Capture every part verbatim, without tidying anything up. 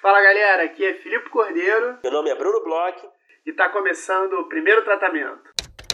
Fala galera, aqui é Filipe Cordeiro. Meu nome é Bruno Bloch. E tá começando o primeiro tratamento.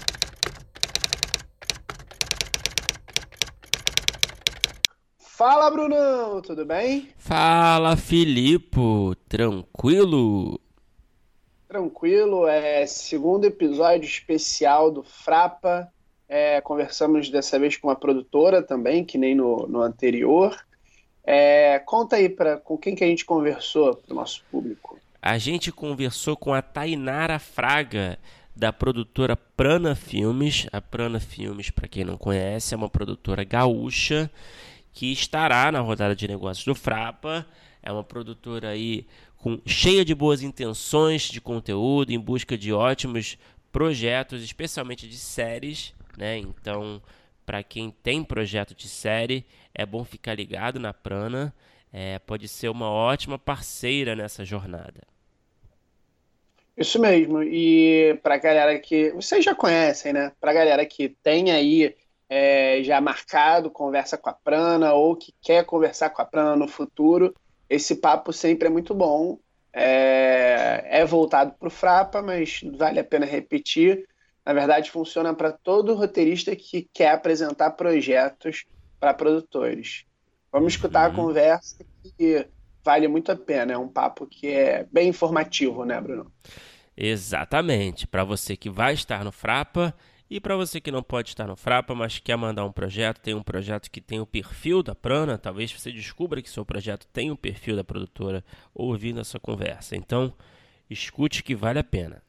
Fala Brunão, tudo bem? Fala Filipe, tranquilo? Tranquilo, é segundo episódio especial do Frapa. É, conversamos dessa vez com uma produtora também, que nem no, no anterior. É, conta aí pra, com quem que a gente conversou para o nosso público. A gente conversou com a Tainara Fraga, da produtora Prana Filmes. A Prana Filmes, para quem não conhece, é uma produtora gaúcha que estará na rodada de negócios do Frapa. É uma produtora aí com, cheia de boas intenções de conteúdo, em busca de ótimos projetos, especialmente de séries, né? Então, para quem tem projeto de série, é bom ficar ligado na Prana. É, pode ser uma ótima parceira nessa jornada. Isso mesmo. E para a galera que vocês já conhecem, né? Para a galera que tem aí é, já marcado conversa com a Prana ou que quer conversar com a Prana no futuro, esse papo sempre é muito bom. É, é voltado para o Frapa, mas vale a pena repetir. Na verdade, funciona para todo roteirista que quer apresentar projetos para produtores. Vamos escutar Uhum. a conversa que vale muito a pena. É um papo que é bem informativo, né, Bruno? Exatamente. Para você que vai estar no Frapa e para você que não pode estar no Frapa, mas quer mandar um projeto, tem um projeto que tem o perfil da Prana, talvez você descubra que seu projeto tem o perfil da produtora ouvindo essa conversa. Então, escute que vale a pena.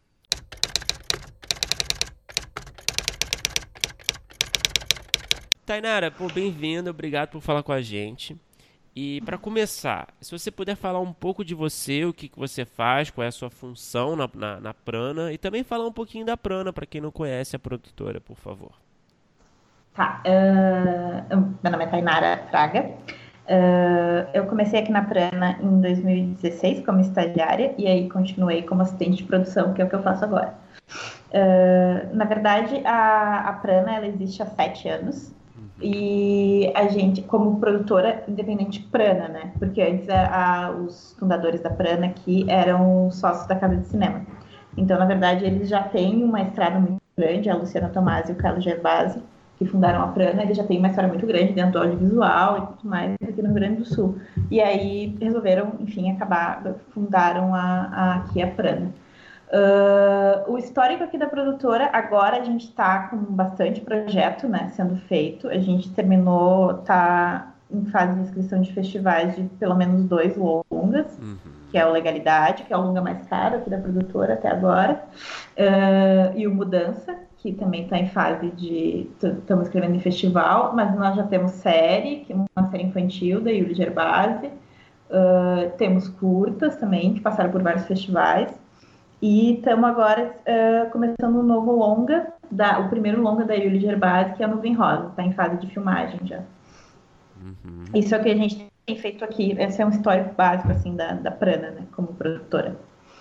Tainara, pô, bem-vinda, obrigado por falar com a gente. E para começar, se você puder falar um pouco de você, o que, que você faz, qual é a sua função na, na, na Prana, e também falar um pouquinho da Prana, para quem não conhece a produtora, por favor. Tá, uh, meu nome é Tainara Fraga, uh, eu comecei aqui na Prana em dois mil e dezesseis como estagiária, e aí continuei como assistente de produção, que é o que eu faço agora. Uh, na verdade, a, a Prana, ela existe há sete anos, e a gente, como produtora independente Prana, né? Porque antes a, a, os fundadores da Prana aqui eram sócios da Casa de Cinema. Então, na verdade, eles já têm uma estrada muito grande, a Luciana Tomasi e o Carlos Gervasi, que fundaram a Prana, eles já têm uma história muito grande dentro do audiovisual e tudo mais aqui no Rio Grande do Sul. E aí resolveram, enfim, acabar, fundaram a, a, aqui a Prana. Uh, o histórico aqui da produtora, agora a gente está com bastante projeto, né, sendo feito. A gente terminou, está em fase de inscrição de festivais de pelo menos dois longas, uhum. que é o Legalidade, que é o longa mais caro aqui da produtora até agora, uh, e o Mudança, que também está em fase de... Estamos escrevendo em festival, mas nós já temos série, que é uma série infantil da Yuli Gervasi, uh, temos curtas também, que passaram por vários festivais. E estamos agora uh, começando um novo longa, da, o primeiro longa da Yuli Gervasi, que é a Nuvem Rosa, está em fase de filmagem já. Uhum. Isso é o que a gente tem feito aqui, esse é um histórico básico assim, da, da Prana, né, como produtora.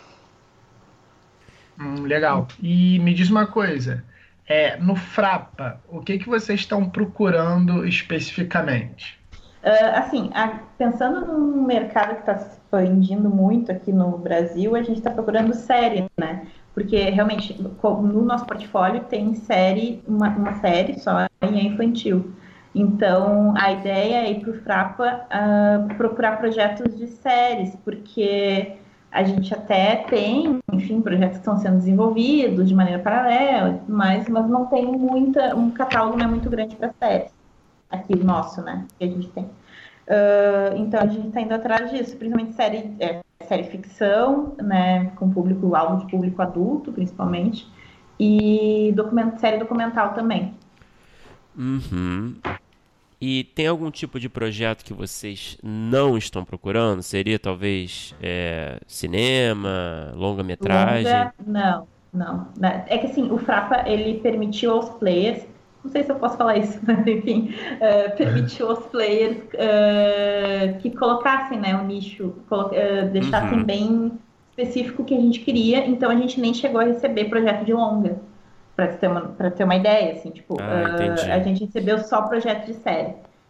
Hum, legal. E me diz uma coisa, é, no Frapa, o que, que vocês estão procurando especificamente? Uh, assim, a, pensando num mercado que está se expandindo muito aqui no Brasil, a gente está procurando série, né? Porque realmente no nosso portfólio tem série, uma, uma série só em infantil. Então a ideia é ir para o Frapa uh, procurar projetos de séries, porque a gente até tem, enfim, projetos que estão sendo desenvolvidos de maneira paralela, mas, mas não tem muita, um catálogo não é muito grande para séries. Aqui o nosso, né, que a gente tem. Uh, então a gente está indo atrás disso, principalmente série, é, série ficção, né, com público, alvo de público adulto, principalmente, e document, série documental também. Uhum. E tem algum tipo de projeto que vocês não estão procurando? Seria talvez é, cinema, longa-metragem? Longa, não, não. É que assim, o Frapa, ele permitiu aos players, não sei se eu posso falar isso, mas enfim, uh, permitiu aos players uh, que colocassem, né, o nicho, uh, deixassem uhum. bem específico o que a gente queria, então a gente nem chegou a receber projeto de longa, para ter uma, para ter uma ideia, assim, tipo, ah, uh, a gente recebeu só projeto de série.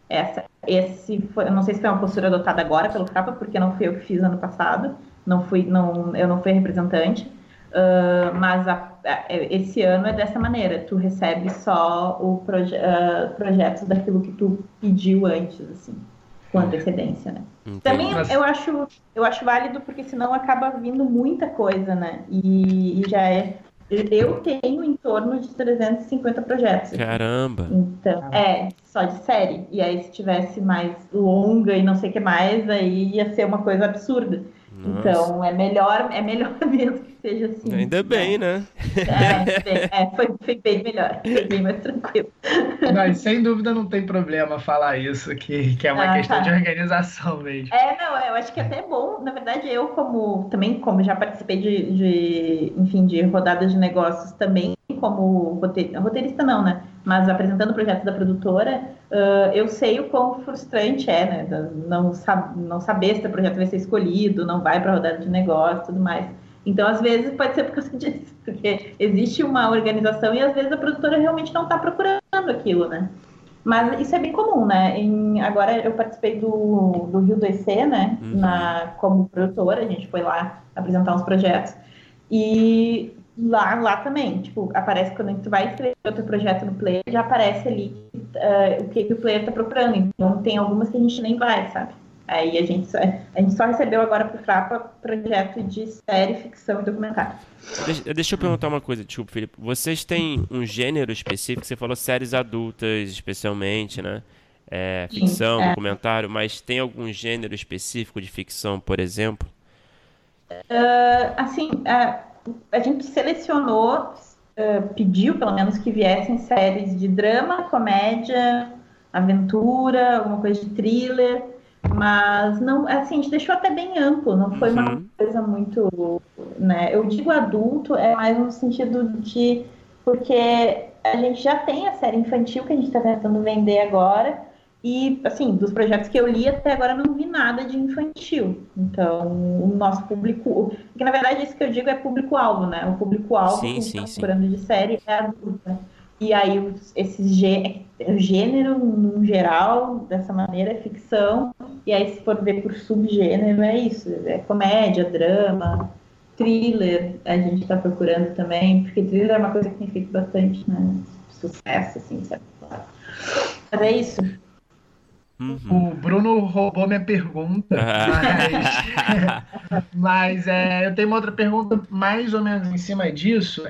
Essa, esse foi, eu não sei se foi uma postura adotada agora pelo Frapa, porque não fui eu que fiz ano passado, não fui, não, eu não fui representante, uh, mas a, a, esse ano é dessa maneira, tu recebe só o proje uh, projetos daquilo que tu pediu antes, assim, com antecedência, né? Entendi. Também eu acho, eu acho válido, porque senão acaba vindo muita coisa, né? E, e já é... Eu tenho em torno de trezentos e cinquenta projetos. Caramba! Aqui. Então, é, só de série. E aí, se tivesse mais longa e não sei o que mais, aí ia ser uma coisa absurda. Nossa. Então, é melhor, é melhor mesmo que seja assim. Ainda bem, né? É, é foi, foi bem melhor, foi bem mais tranquilo. Mas, sem dúvida, não tem problema falar isso, que, que é uma ah, questão tá. de organização mesmo. É, não, eu acho que é até bom. Na verdade, eu, como também, como já participei de, de enfim, de rodadas de negócios também, como roteirista, roteirista não, né? Mas apresentando projetos da produtora, uh, eu sei o quão frustrante é, né? Não, sab não saber se o projeto vai ser escolhido, não vai para rodada de negócio e tudo mais. Então, às vezes, pode ser por causa disso, porque existe uma organização e, às vezes, a produtora realmente não está procurando aquilo, né? Mas isso é bem comum, né? Em, agora, eu participei do, do Rio dois C, né? Uhum. Na, como produtora, a gente foi lá apresentar uns projetos. E lá, lá também, tipo, aparece quando a gente vai escrever outro projeto no Player, já aparece ali uh, o que, que o Player está procurando. Então, tem algumas que a gente nem vai, sabe? Aí a gente, só, a gente só recebeu agora pro Frapa projeto de série, ficção e documentário. Deixa, deixa eu perguntar uma coisa, desculpa, Felipe. Vocês têm um gênero específico? Você falou séries adultas, especialmente, né? É, ficção, Sim, é. documentário, mas tem algum gênero específico de ficção, por exemplo? Uh, assim, uh, a gente selecionou, uh, pediu pelo menos que viessem séries de drama, comédia, aventura, alguma coisa de thriller. Mas não, assim, a gente deixou até bem amplo, não foi uhum. uma coisa muito, né? Eu digo adulto, é mais no sentido de porque a gente já tem a série infantil que a gente está tentando vender agora, e assim, dos projetos que eu li até agora não vi nada de infantil. Então, o nosso público, porque na verdade isso que eu digo é público-alvo, né? O público-alvo que a gente está procurando de série é adulta. E aí, esse gê gênero, no geral, dessa maneira, é ficção. E aí, se for ver por subgênero, é isso. É comédia, drama, thriller. A gente está procurando também. Porque thriller é uma coisa que tem feito bastante, né? Sucesso, assim, sabe? Mas é isso. Uhum. O Bruno roubou minha pergunta. Mas, mas é, eu tenho uma outra pergunta mais ou menos em cima disso.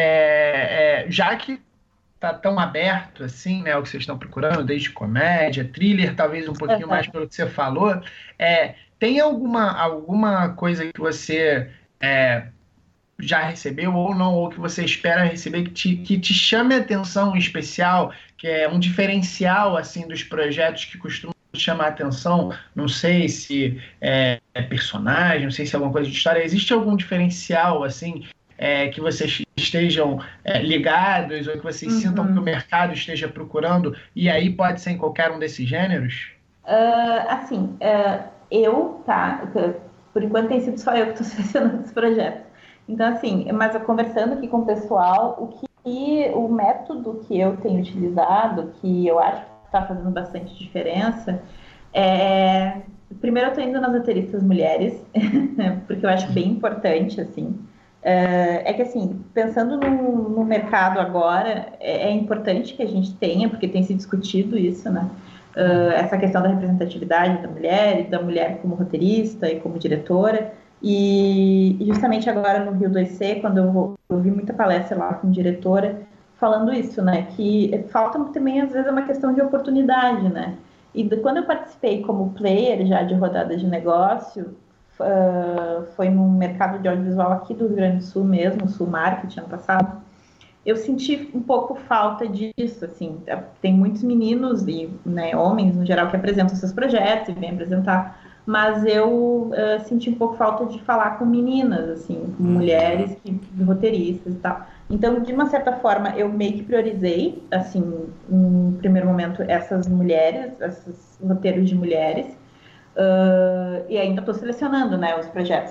É, é, já que tá tão aberto assim, né, o que vocês estão procurando, desde comédia, thriller, talvez um pouquinho uhum. mais pelo que você falou, é, tem alguma, alguma coisa que você é, já recebeu ou não, ou que você espera receber, que te, que te chame a atenção em especial, que é um diferencial assim dos projetos que costumam chamar a atenção? Não sei se é, é personagem, não sei se é alguma coisa de história. Existe algum diferencial assim É, que vocês estejam é, ligados ou que vocês uhum. sintam que o mercado esteja procurando, e aí pode ser em qualquer um desses gêneros? Uh, assim, uh, eu, tá, por enquanto tem sido só eu que estou selecionando os projetos. Então, assim, mas eu conversando aqui com o pessoal, o que o método que eu tenho utilizado, que eu acho que está fazendo bastante diferença, é... Primeiro eu estou indo nas roteiristas mulheres, porque eu acho bem importante, assim. É que, assim, pensando no, no mercado agora, é, é importante que a gente tenha, porque tem se discutido isso, né? Uh, essa questão da representatividade da mulher, e da mulher como roteirista e como diretora. E, e justamente agora no Rio dois C, quando eu, vou, eu vi muita palestra lá com diretora, falando isso, né? Que falta também, às vezes, uma questão de oportunidade, né? E de, quando eu participei como player já de rodada de negócio, Uh, foi num mercado de audiovisual aqui do Rio Grande do Sul mesmo, Sul Market, ano passado, eu senti um pouco falta disso, assim, tem muitos meninos e né, homens, no geral, que apresentam seus projetos e vêm apresentar, mas eu uh, senti um pouco falta de falar com meninas, assim, com mulheres, que, roteiristas e tal. Então, de uma certa forma, eu meio que priorizei, assim, no primeiro momento, essas mulheres, esses roteiros de mulheres. Uh, e ainda estou selecionando, né, os projetos.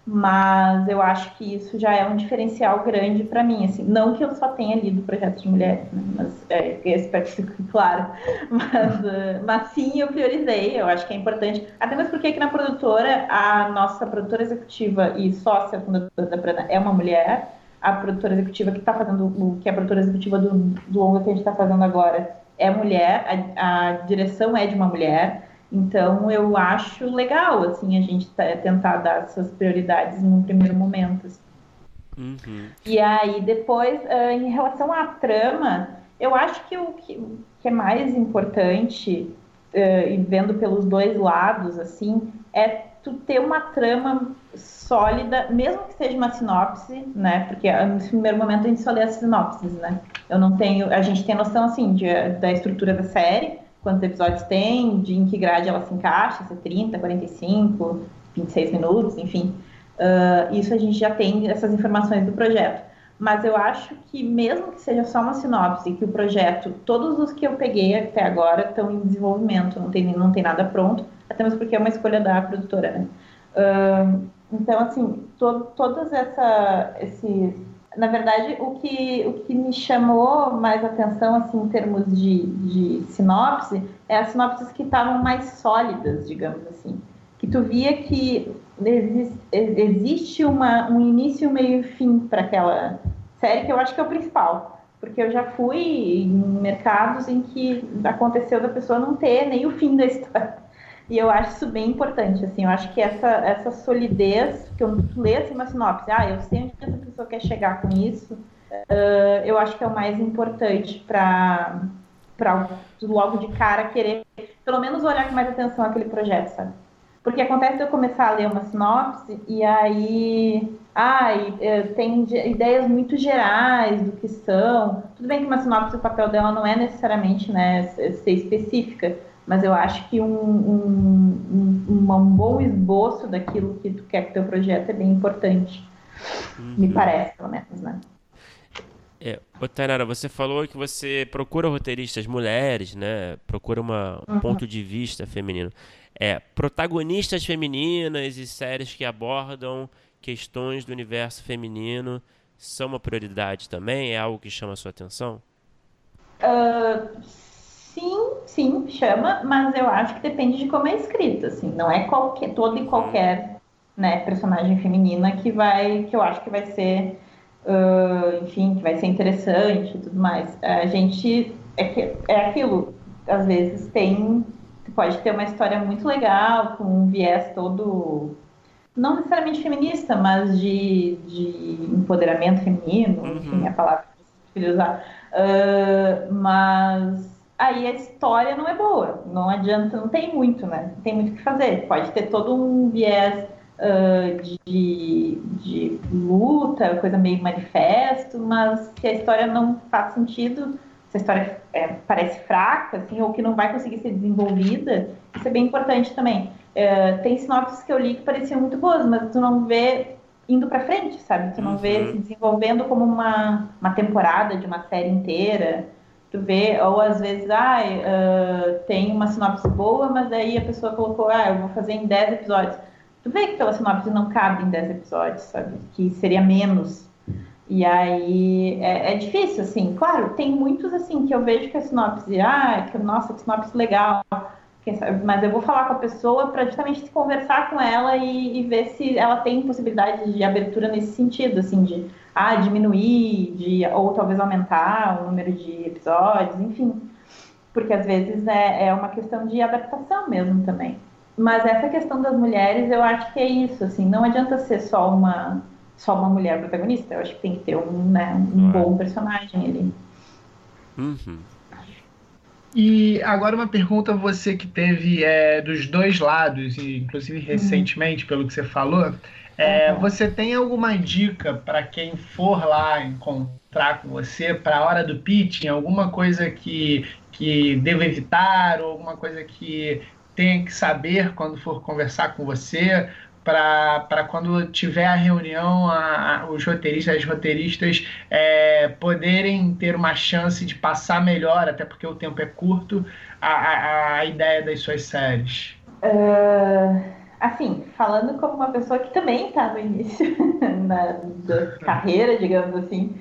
mas eu acho que isso já é um diferencial grande para mim, assim, não que eu só tenha lido projetos de mulheres, né, mas é, eu espero que fique claro, mas, uh, mas sim, eu priorizei, eu acho que é importante, até mesmo porque aqui na produtora, a nossa produtora executiva e sócia fundadora da Prana é uma mulher, a produtora executiva que está fazendo, o que é a produtora executiva do, do longa que a gente está fazendo agora é mulher, a, a direção é de uma mulher. Então, eu acho legal, assim, a gente tentar dar essas prioridades num primeiro momento. Assim. Uhum. E aí, depois, uh, em relação à trama, eu acho que o que, que é mais importante, uh, e vendo pelos dois lados, assim, é tu ter uma trama sólida, mesmo que seja uma sinopse, né? Porque no primeiro momento a gente só lê as sinopses, né? Eu não tenho... A gente tem noção, assim, de, da estrutura da série, quantos episódios tem, de em que grade ela se encaixa, se é trinta, quarenta e cinco, vinte e seis minutos, enfim. Uh, isso a gente já tem essas informações do projeto. Mas eu acho que mesmo que seja só uma sinopse, que o projeto, todos os que eu peguei até agora estão em desenvolvimento, não tem, não tem nada pronto, até mesmo porque é uma escolha da produtora, né? Uh, então, assim, to, todas essa, esses... Na verdade, o que, o que me chamou mais atenção, assim, em termos de, de sinopse, é as sinopses que estavam mais sólidas, digamos assim. Que tu via que existe, existe uma, um início, meio e fim para aquela série, que eu acho que é o principal. Porque eu já fui em mercados em que aconteceu da pessoa não ter nem o fim da história. E eu acho isso bem importante, assim, eu acho que essa, essa solidez, que eu lê assim, uma sinopse, ah, eu sei onde essa pessoa quer chegar com isso, uh, eu acho que é o mais importante para logo de cara querer, pelo menos olhar com mais atenção aquele projeto, sabe? Porque acontece de eu começar a ler uma sinopse e aí, ah, tem ideias muito gerais do que são, tudo bem que uma sinopse, o papel dela não é necessariamente, né, ser específica, mas eu acho que um, um, um, um bom esboço daquilo que tu quer que o teu projeto é bem importante. Uhum. Me parece, pelo menos, né? É, ô, Tainara, você falou que você procura roteiristas mulheres, né? Procura uma, um uhum. ponto de vista feminino. É, protagonistas femininas e séries que abordam questões do universo feminino são uma prioridade também? É algo que chama a sua atenção? Uh... Sim, sim, chama, mas eu acho que depende de como é escrito, assim, não é qualquer, toda e qualquer, né, personagem feminina que vai, que eu acho que vai ser, uh, enfim, que vai ser interessante e tudo mais. A gente, é, que, é aquilo, às vezes tem, pode ter uma história muito legal, com um viés todo, não necessariamente feminista, mas de, de empoderamento feminino, uhum. enfim, a palavra que eu queria usar, uh, mas... aí a história não é boa, não adianta, não tem muito, né? Não tem muito o que fazer. Pode ter todo um viés uh, de, de luta, coisa meio manifesto, mas se a história não faz sentido, se a história é, parece fraca, assim, ou que não vai conseguir ser desenvolvida, isso é bem importante também. Uh, tem sinopses que eu li que pareciam muito boas, mas tu não vê indo pra frente, sabe? Tu não uhum. vê se desenvolvendo como uma, uma temporada de uma série inteira. Tu vê, ou às vezes, ah, uh, tem uma sinopse boa, mas aí a pessoa colocou, ah, eu vou fazer em dez episódios. Tu vê que aquela sinopse não cabe em dez episódios, sabe? Que seria menos. E aí é, é difícil, assim. Claro, tem muitos, assim, que eu vejo que a sinopse, ah, que, nossa, que sinopse legal. Mas eu vou falar com a pessoa para justamente conversar com ela e, e ver se ela tem possibilidade de abertura nesse sentido, assim, de ah, diminuir, de, ou talvez aumentar o número de episódios, enfim. Porque às vezes é, é uma questão de adaptação mesmo também. Mas essa questão das mulheres, eu acho que é isso, assim, não adianta ser só uma, só uma mulher protagonista, eu acho que tem que ter um, né, um bom personagem ali. Uhum. E agora uma pergunta, você que teve é, dos dois lados, inclusive recentemente, uhum. pelo que você falou, é, uhum. você tem alguma dica para quem for lá encontrar com você para a hora do pitching, alguma coisa que, que deva evitar, ou alguma coisa que tenha que saber quando for conversar com você, para quando tiver a reunião, a, a, os roteiristas, as roteiristas é, poderem ter uma chance de passar melhor, até porque o tempo é curto, a, a, a ideia das suas séries? Uh, assim, falando como uma pessoa que também está no início na, da carreira, digamos assim,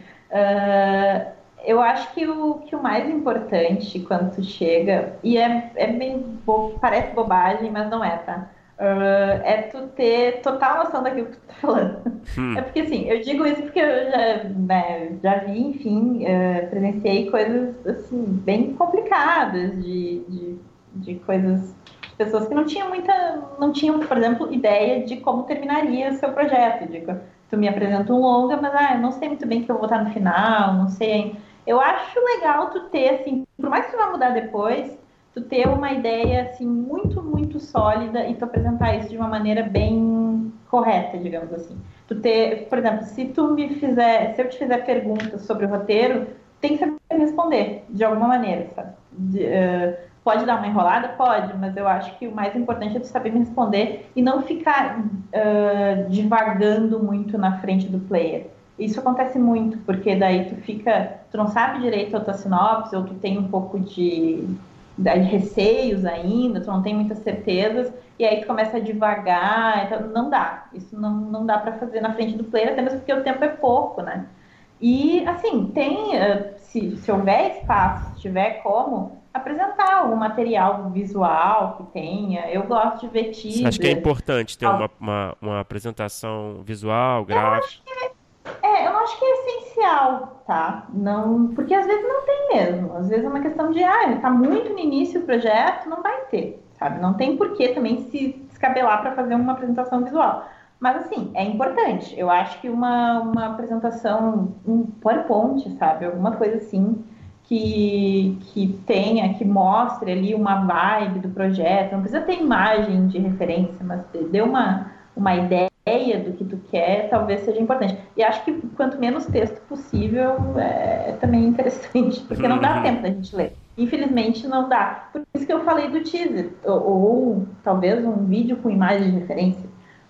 uh, eu acho que o, que o mais importante quando tu chega, e é, é bem bo parece bobagem, mas não é, tá? Uh, é tu ter total noção daquilo que tu tá falando. Hum. É porque, assim, eu digo isso porque eu já, né, já vi, enfim, uh, presenciei coisas, assim, bem complicadas de, de, de coisas, de pessoas que não tinham muita, não tinham, por exemplo, ideia de como terminaria o seu projeto. Digo, tu me apresenta um longa, mas, ah, eu não sei muito bem o que eu vou botar no final, não sei. Eu acho legal tu ter, assim, por mais que tu vá mudar depois, tu ter uma ideia, assim, muito, muito sólida e tu apresentar isso de uma maneira bem correta, digamos assim. Tu ter, por exemplo, se tu me fizer, se eu te fizer perguntas sobre o roteiro, tem que saber responder, de alguma maneira, sabe? De, uh, pode dar uma enrolada? Pode, mas eu acho que o mais importante é tu saber me responder e não ficar uh, divagando muito na frente do player. Isso acontece muito, porque daí tu fica, tu não sabe direito a tua sinopse, ou tu tem um pouco de, de receios ainda, tu não tem muitas certezas, e aí tu começa a divagar, então não dá. Isso não, não dá para fazer na frente do player, até mesmo porque o tempo é pouco, né? E, assim, tem, se, se houver espaço, se tiver como, apresentar algum material visual que tenha. Eu gosto de ver teaser. Você acha que é importante ter uma, uma, uma apresentação visual, gráfica? É, eu acho que é essencial, tá? Não, porque às vezes não tem mesmo. Às vezes é uma questão de, ah, tá muito no início o projeto, não vai ter, sabe? Não tem porquê também se descabelar para fazer uma apresentação visual. Mas, assim, é importante. Eu acho que uma, uma apresentação, um PowerPoint, sabe? Alguma coisa assim que, que tenha, que mostre ali uma vibe do projeto. Não precisa ter imagem de referência, mas dê uma, uma ideia do que tu quer, talvez seja importante. E acho que quanto menos texto possível é também interessante, porque não dá tempo da gente ler. Infelizmente não dá. Por isso que eu falei do teaser, ou, ou talvez um vídeo com imagem de referência,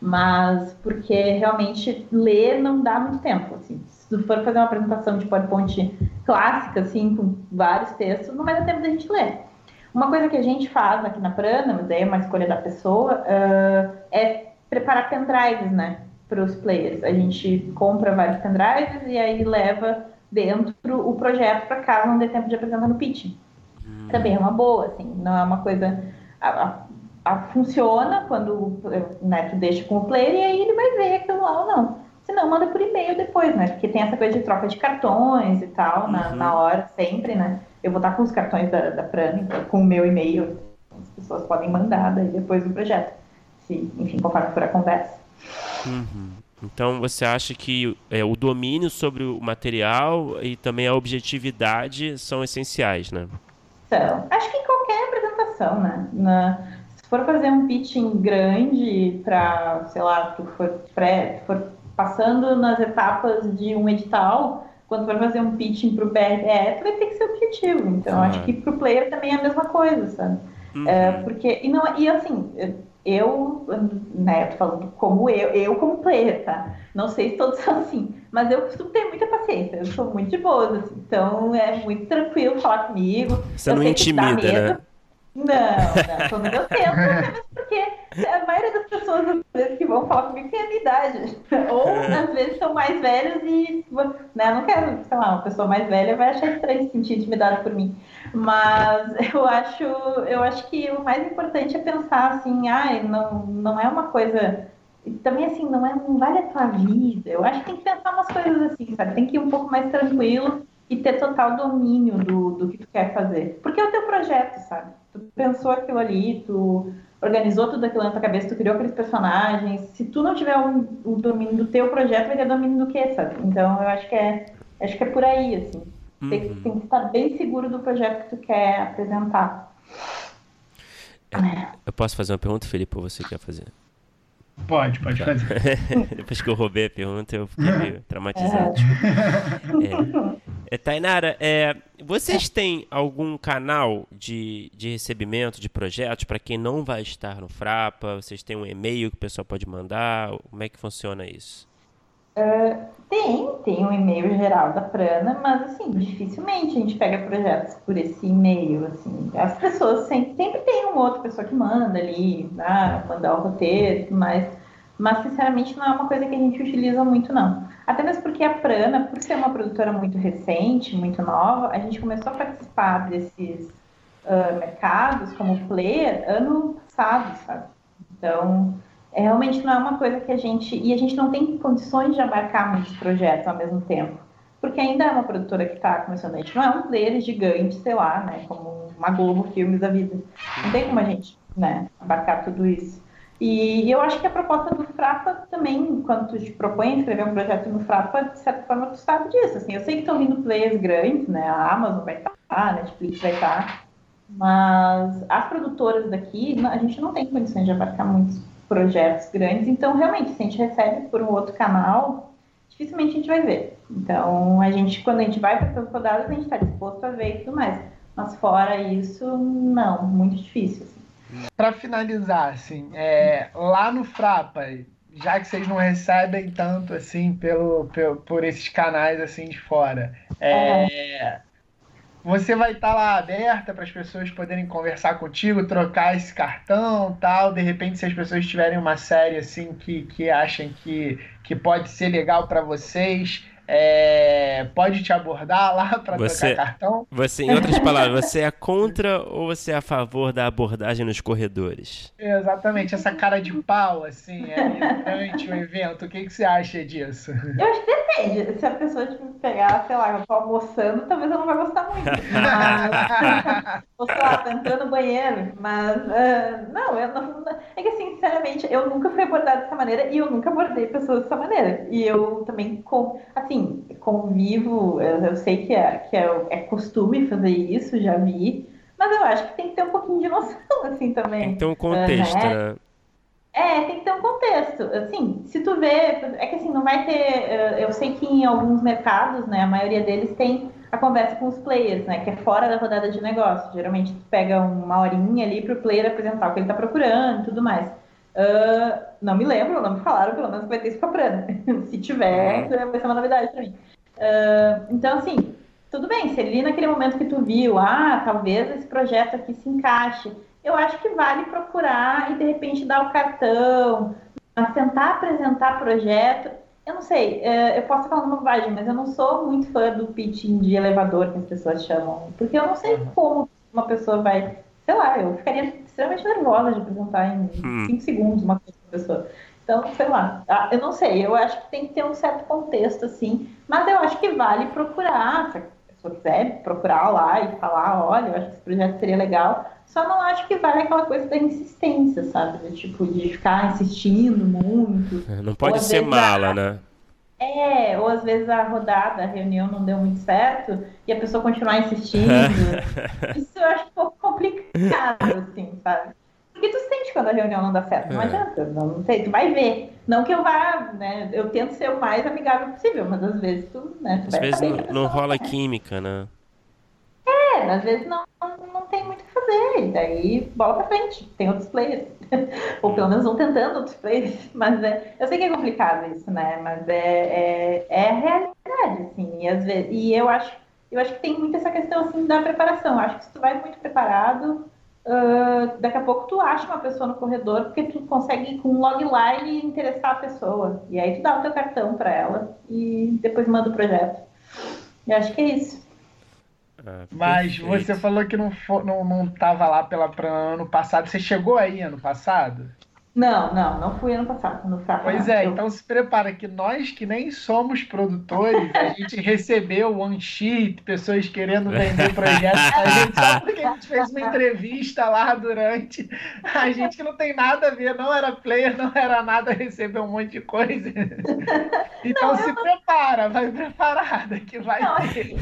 mas porque realmente ler não dá muito tempo. Assim. Se tu for fazer uma apresentação de PowerPoint clássica, assim, com vários textos, não vai dar tempo da gente ler. Uma coisa que a gente faz aqui na Prana, mas aí é uma escolha da pessoa, uh, é preparar pendrives, né, para os players. A gente compra vários pendrives e aí leva dentro o projeto para caso não dê tempo de apresentar no pitch. Hum. Também é uma boa, assim, não é uma coisa... A, a, a, funciona quando, né, tu deixa com o player e aí ele vai ver aquilo lá ou não. Se não, manda por e-mail depois, né, porque tem essa coisa de troca de cartões e tal, uhum. na, na hora, sempre, né. Eu vou estar com os cartões da, da Prana, então, com o meu e-mail, as pessoas podem mandar daí depois do projeto. Se, enfim, conforme for a conversa. Uhum. Então, você acha que é, o domínio sobre o material e também a objetividade são essenciais, né? Então, acho que em qualquer apresentação, né? Na, se for fazer um pitching grande para, sei lá, tu for, pré, tu for passando nas etapas de um edital, quando for fazer um pitching para o B R E, tu vai ter que ser objetivo. Então, ah. acho que para o player também é a mesma coisa, sabe? Uhum. É, porque, e, não, e assim... Eu, né, eu tô falando como eu, eu como player, tá? Não sei se todos são assim, mas eu costumo ter muita paciência, eu sou muito de boa, assim, então é muito tranquilo falar comigo. Você eu não intimida, né? Não, não, só no meu tempo, mesmo porque a maioria das pessoas, às vezes, que vão falar comigo tem a minha idade. Ou, às vezes, são mais velhos e, né, eu não quero, sei lá, uma pessoa mais velha vai achar estranho se sentir intimidada por mim. Mas eu acho, eu acho que o mais importante é pensar assim, ah, não, não é uma coisa... Também, assim, não, é, não vale a tua vida. Eu acho que tem que pensar umas coisas assim, sabe? Tem que ir um pouco mais tranquilo e ter total domínio do, do que tu quer fazer. Porque é o teu projeto, sabe? Tu pensou aquilo ali, tu organizou tudo aquilo na tua cabeça, tu criou aqueles personagens. Se tu não tiver o, o domínio do teu projeto, vai ter domínio do quê, sabe? Então, eu acho que é, acho que é por aí, assim. Uhum. Tem, tem que estar bem seguro do projeto que tu quer apresentar. É, eu posso fazer uma pergunta, Felipe, ou você quer fazer? Pode, pode tá. fazer. Depois que eu roubei a pergunta, eu fiquei meio traumatizado. É. É, Tainara, é, vocês têm algum canal de, de recebimento de projetos para quem não vai estar no Frapa? Vocês têm um e-mail que o pessoal pode mandar? Como é que funciona isso? Uh, tem, tem um e-mail geral da Prana, mas assim, dificilmente a gente pega projetos por esse e-mail, assim. As pessoas sempre, sempre tem uma outra pessoa que manda ali, né, mandar o roteiro e tudo mais. Mas, sinceramente, não é uma coisa que a gente utiliza muito, não. Até mesmo porque a Prana, por ser uma produtora muito recente, muito nova, a gente começou a participar desses uh, mercados como player ano passado, sabe? Então, é, realmente não é uma coisa que a gente... E a gente não tem condições de abarcar muitos projetos ao mesmo tempo. Porque ainda é uma produtora que está começando. A gente não é um player gigante, sei lá, né? Como uma Globo Filmes da vida. Não tem como a gente, né, abarcar tudo isso. E eu acho que a proposta do Frapa também, quando tu te propõe a escrever um projeto no Frapa, de certa forma tu sabe disso. Assim, eu sei que estão vindo players grandes, né? A Amazon vai estar, a Netflix vai estar, mas as produtoras daqui, a gente não tem condições de abarcar muitos projetos grandes, então realmente, se a gente recebe por um outro canal, dificilmente a gente vai ver. Então, a gente, quando a gente vai para as rodadas, a gente está disposto a ver e tudo mais. Mas fora isso, não, muito difícil. Assim. Para finalizar, assim, é, lá no Frapa, já que vocês não recebem tanto assim pelo, pelo por esses canais assim de fora, é, você vai estar lá aberta para as pessoas poderem conversar contigo, trocar esse cartão, tal. De repente, se as pessoas tiverem uma série assim que, que achem que, que pode ser legal para vocês, é, pode te abordar lá para trocar cartão? Você, em outras palavras, você é contra ou você é a favor da abordagem nos corredores? Exatamente, essa cara de pau, assim, é, durante o evento, o que, que você acha disso? Eu acho que depende. Se a pessoa tipo, pegar, sei lá, eu tô almoçando, talvez eu não vai gostar muito. Mas, ou sei lá, tô entrando no banheiro. Mas, uh, não, eu não. É que assim, sinceramente, eu nunca fui abordada dessa maneira e eu nunca abordei pessoas dessa maneira. E eu também, com, assim, convivo, eu, eu sei que, é, que é, é costume fazer isso, já vi. Mas eu acho que tem que ter um pouquinho de noção, assim, também. Tem que ter um contexto, uh, né? né? É, tem que ter um contexto. Assim, se tu vê, é que assim, não vai ter. Eu sei que em alguns mercados, né, a maioria deles tem a conversa com os players, né, que é fora da rodada de negócio. Geralmente tu pega uma horinha ali pro player apresentar o que ele tá procurando e tudo mais. Uh, não me lembro, não me falaram, pelo menos que vai ter isso com a Prana. Se tiver, vai ser uma novidade pra mim. Uh, então, assim, tudo bem, se ali naquele momento que tu viu, ah, talvez esse projeto aqui se encaixe. Eu acho que vale procurar e de repente dar o cartão, mas tentar apresentar projeto. Eu não sei, eu posso falar uma bobagem, mas eu não sou muito fã do pitching de elevador que as pessoas chamam, porque eu não sei como uma pessoa vai, sei lá, eu ficaria extremamente nervosa de apresentar em cinco segundos uma coisa para a pessoa. Então, sei lá, eu não sei, eu acho que tem que ter um certo contexto, assim, mas eu acho que vale procurar, se a pessoa quiser procurar lá e falar, olha, eu acho que esse projeto seria legal. Só não acho que vale aquela coisa da insistência, sabe? De, tipo, de ficar insistindo muito. Não pode ser mala, a... né? É, ou às vezes a rodada, a reunião não deu muito certo e a pessoa continuar insistindo. Isso eu acho um pouco complicado, assim, sabe? Porque tu sente quando a reunião não dá certo. Não é. adianta, não, não sei, tu vai ver. Não que eu vá, né? Eu tento ser o mais amigável possível, mas às vezes tu, né? Tu às vai vezes não, não rola é. química, né? É, às vezes não, não tem muito o que fazer, e daí bola pra frente, tem outros players, ou pelo menos vão tentando outros players, mas é, eu sei que é complicado isso, né, mas é, é, é a realidade, assim, e, às vezes, e eu, acho, eu acho que tem muito essa questão, assim, da preparação. Eu acho que se tu vai muito preparado, uh, daqui a pouco tu acha uma pessoa no corredor, porque tu consegue, com um logline, interessar a pessoa, e aí tu dá o teu cartão pra ela, e depois manda o projeto. Eu acho que é isso. Ah, Mas você falou que não for, não, não tava lá pela Prana ano passado. Você chegou aí ano passado? Não, não, não fui ano passado. No Frapa, pois não. é, Eu... então se prepara que nós que nem somos produtores, a gente recebeu one sheet, pessoas querendo vender projetos pra gente, só porque a gente fez uma entrevista lá durante. A gente que não tem nada a ver, não era player, não era nada, recebeu um monte de coisa. Então não, se não... prepara, vai preparada que vai não, ter.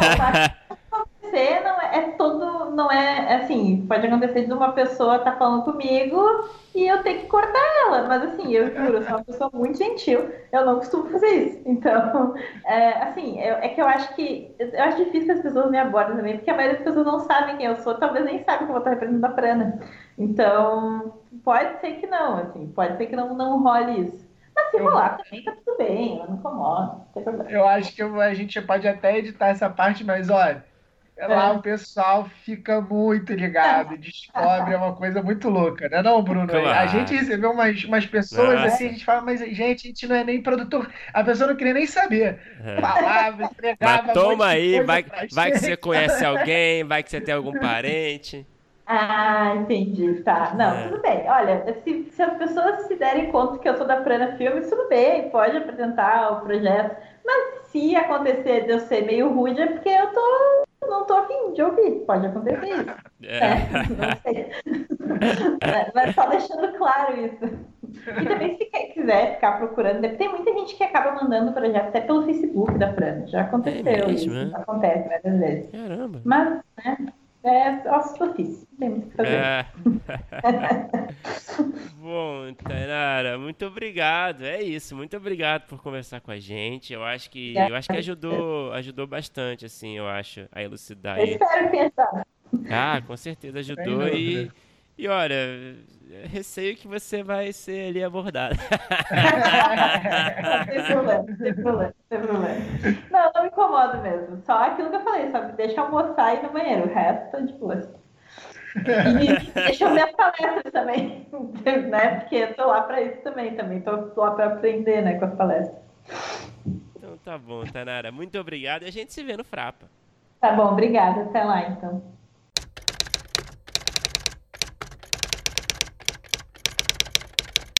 Acontecer não é, é todo, não é assim, pode acontecer de uma pessoa estar tá falando comigo e eu ter que cortar ela, mas assim, eu juro, eu sou uma pessoa muito gentil, eu não costumo fazer isso. Então, é, assim, eu, é que eu acho que eu acho difícil que as pessoas me abordem também, porque a maioria das pessoas não sabem quem eu sou, talvez nem sabem que eu vou estar representando a Prana. Então, pode ser que não, assim, pode ser que não, não role isso. Mas se rolar também, tá tudo bem, eu não incomodo, não tem problema. Eu acho que a gente pode até editar essa parte, mas olha, lá o pessoal fica muito ligado, descobre, é uma coisa muito louca, né não, Bruno? Claro. A gente recebeu umas, umas pessoas Nossa. assim, a gente fala, mas gente, a gente não é nem produtor, a pessoa não queria nem saber. É. Falava, entregava. Mas toma um monte de aí, coisa vai, pra vai que gente. você conhece alguém, vai que você tem algum parente. Ah, entendi, tá. Não, É. tudo bem. Olha, se, se as pessoas se derem conta que eu sou da Prana Filmes, tudo bem, pode apresentar o projeto. Mas se acontecer de eu ser meio rude, é porque eu tô, não tô afim de ouvir. Pode acontecer isso. É. Né? Não sei. Mas só deixando claro isso. E também, se quer- quiser ficar procurando, tem muita gente que acaba mandando projeto até pelo Facebook da Prana. Já aconteceu É mesmo, isso, é? acontece várias vezes. Caramba. Mas, né, é osso do ofício, não tem muito o que fazer. É. Bom, Tainara, muito obrigado. É isso, muito obrigado por conversar com a gente. Eu acho que, eu acho que ajudou, ajudou bastante, assim, eu acho, a elucidar Eu aí. espero que ajudar. Ah, com certeza ajudou Sem e, dúvida. e olha, receio que você vai ser ali abordado. Sem problema, sem problema, sem problema. Não, não me incomodo mesmo. Só aquilo que eu falei, só me deixa almoçar e ir no banheiro. O resto, tô de boa. E me deixa eu ver as palestras também, né? Porque eu tô lá pra isso também, também. Tô lá pra aprender, né, com as palestras. Então tá bom, Tainara, muito obrigado e a gente se vê no Frapa. Tá bom, obrigada. Até lá, então.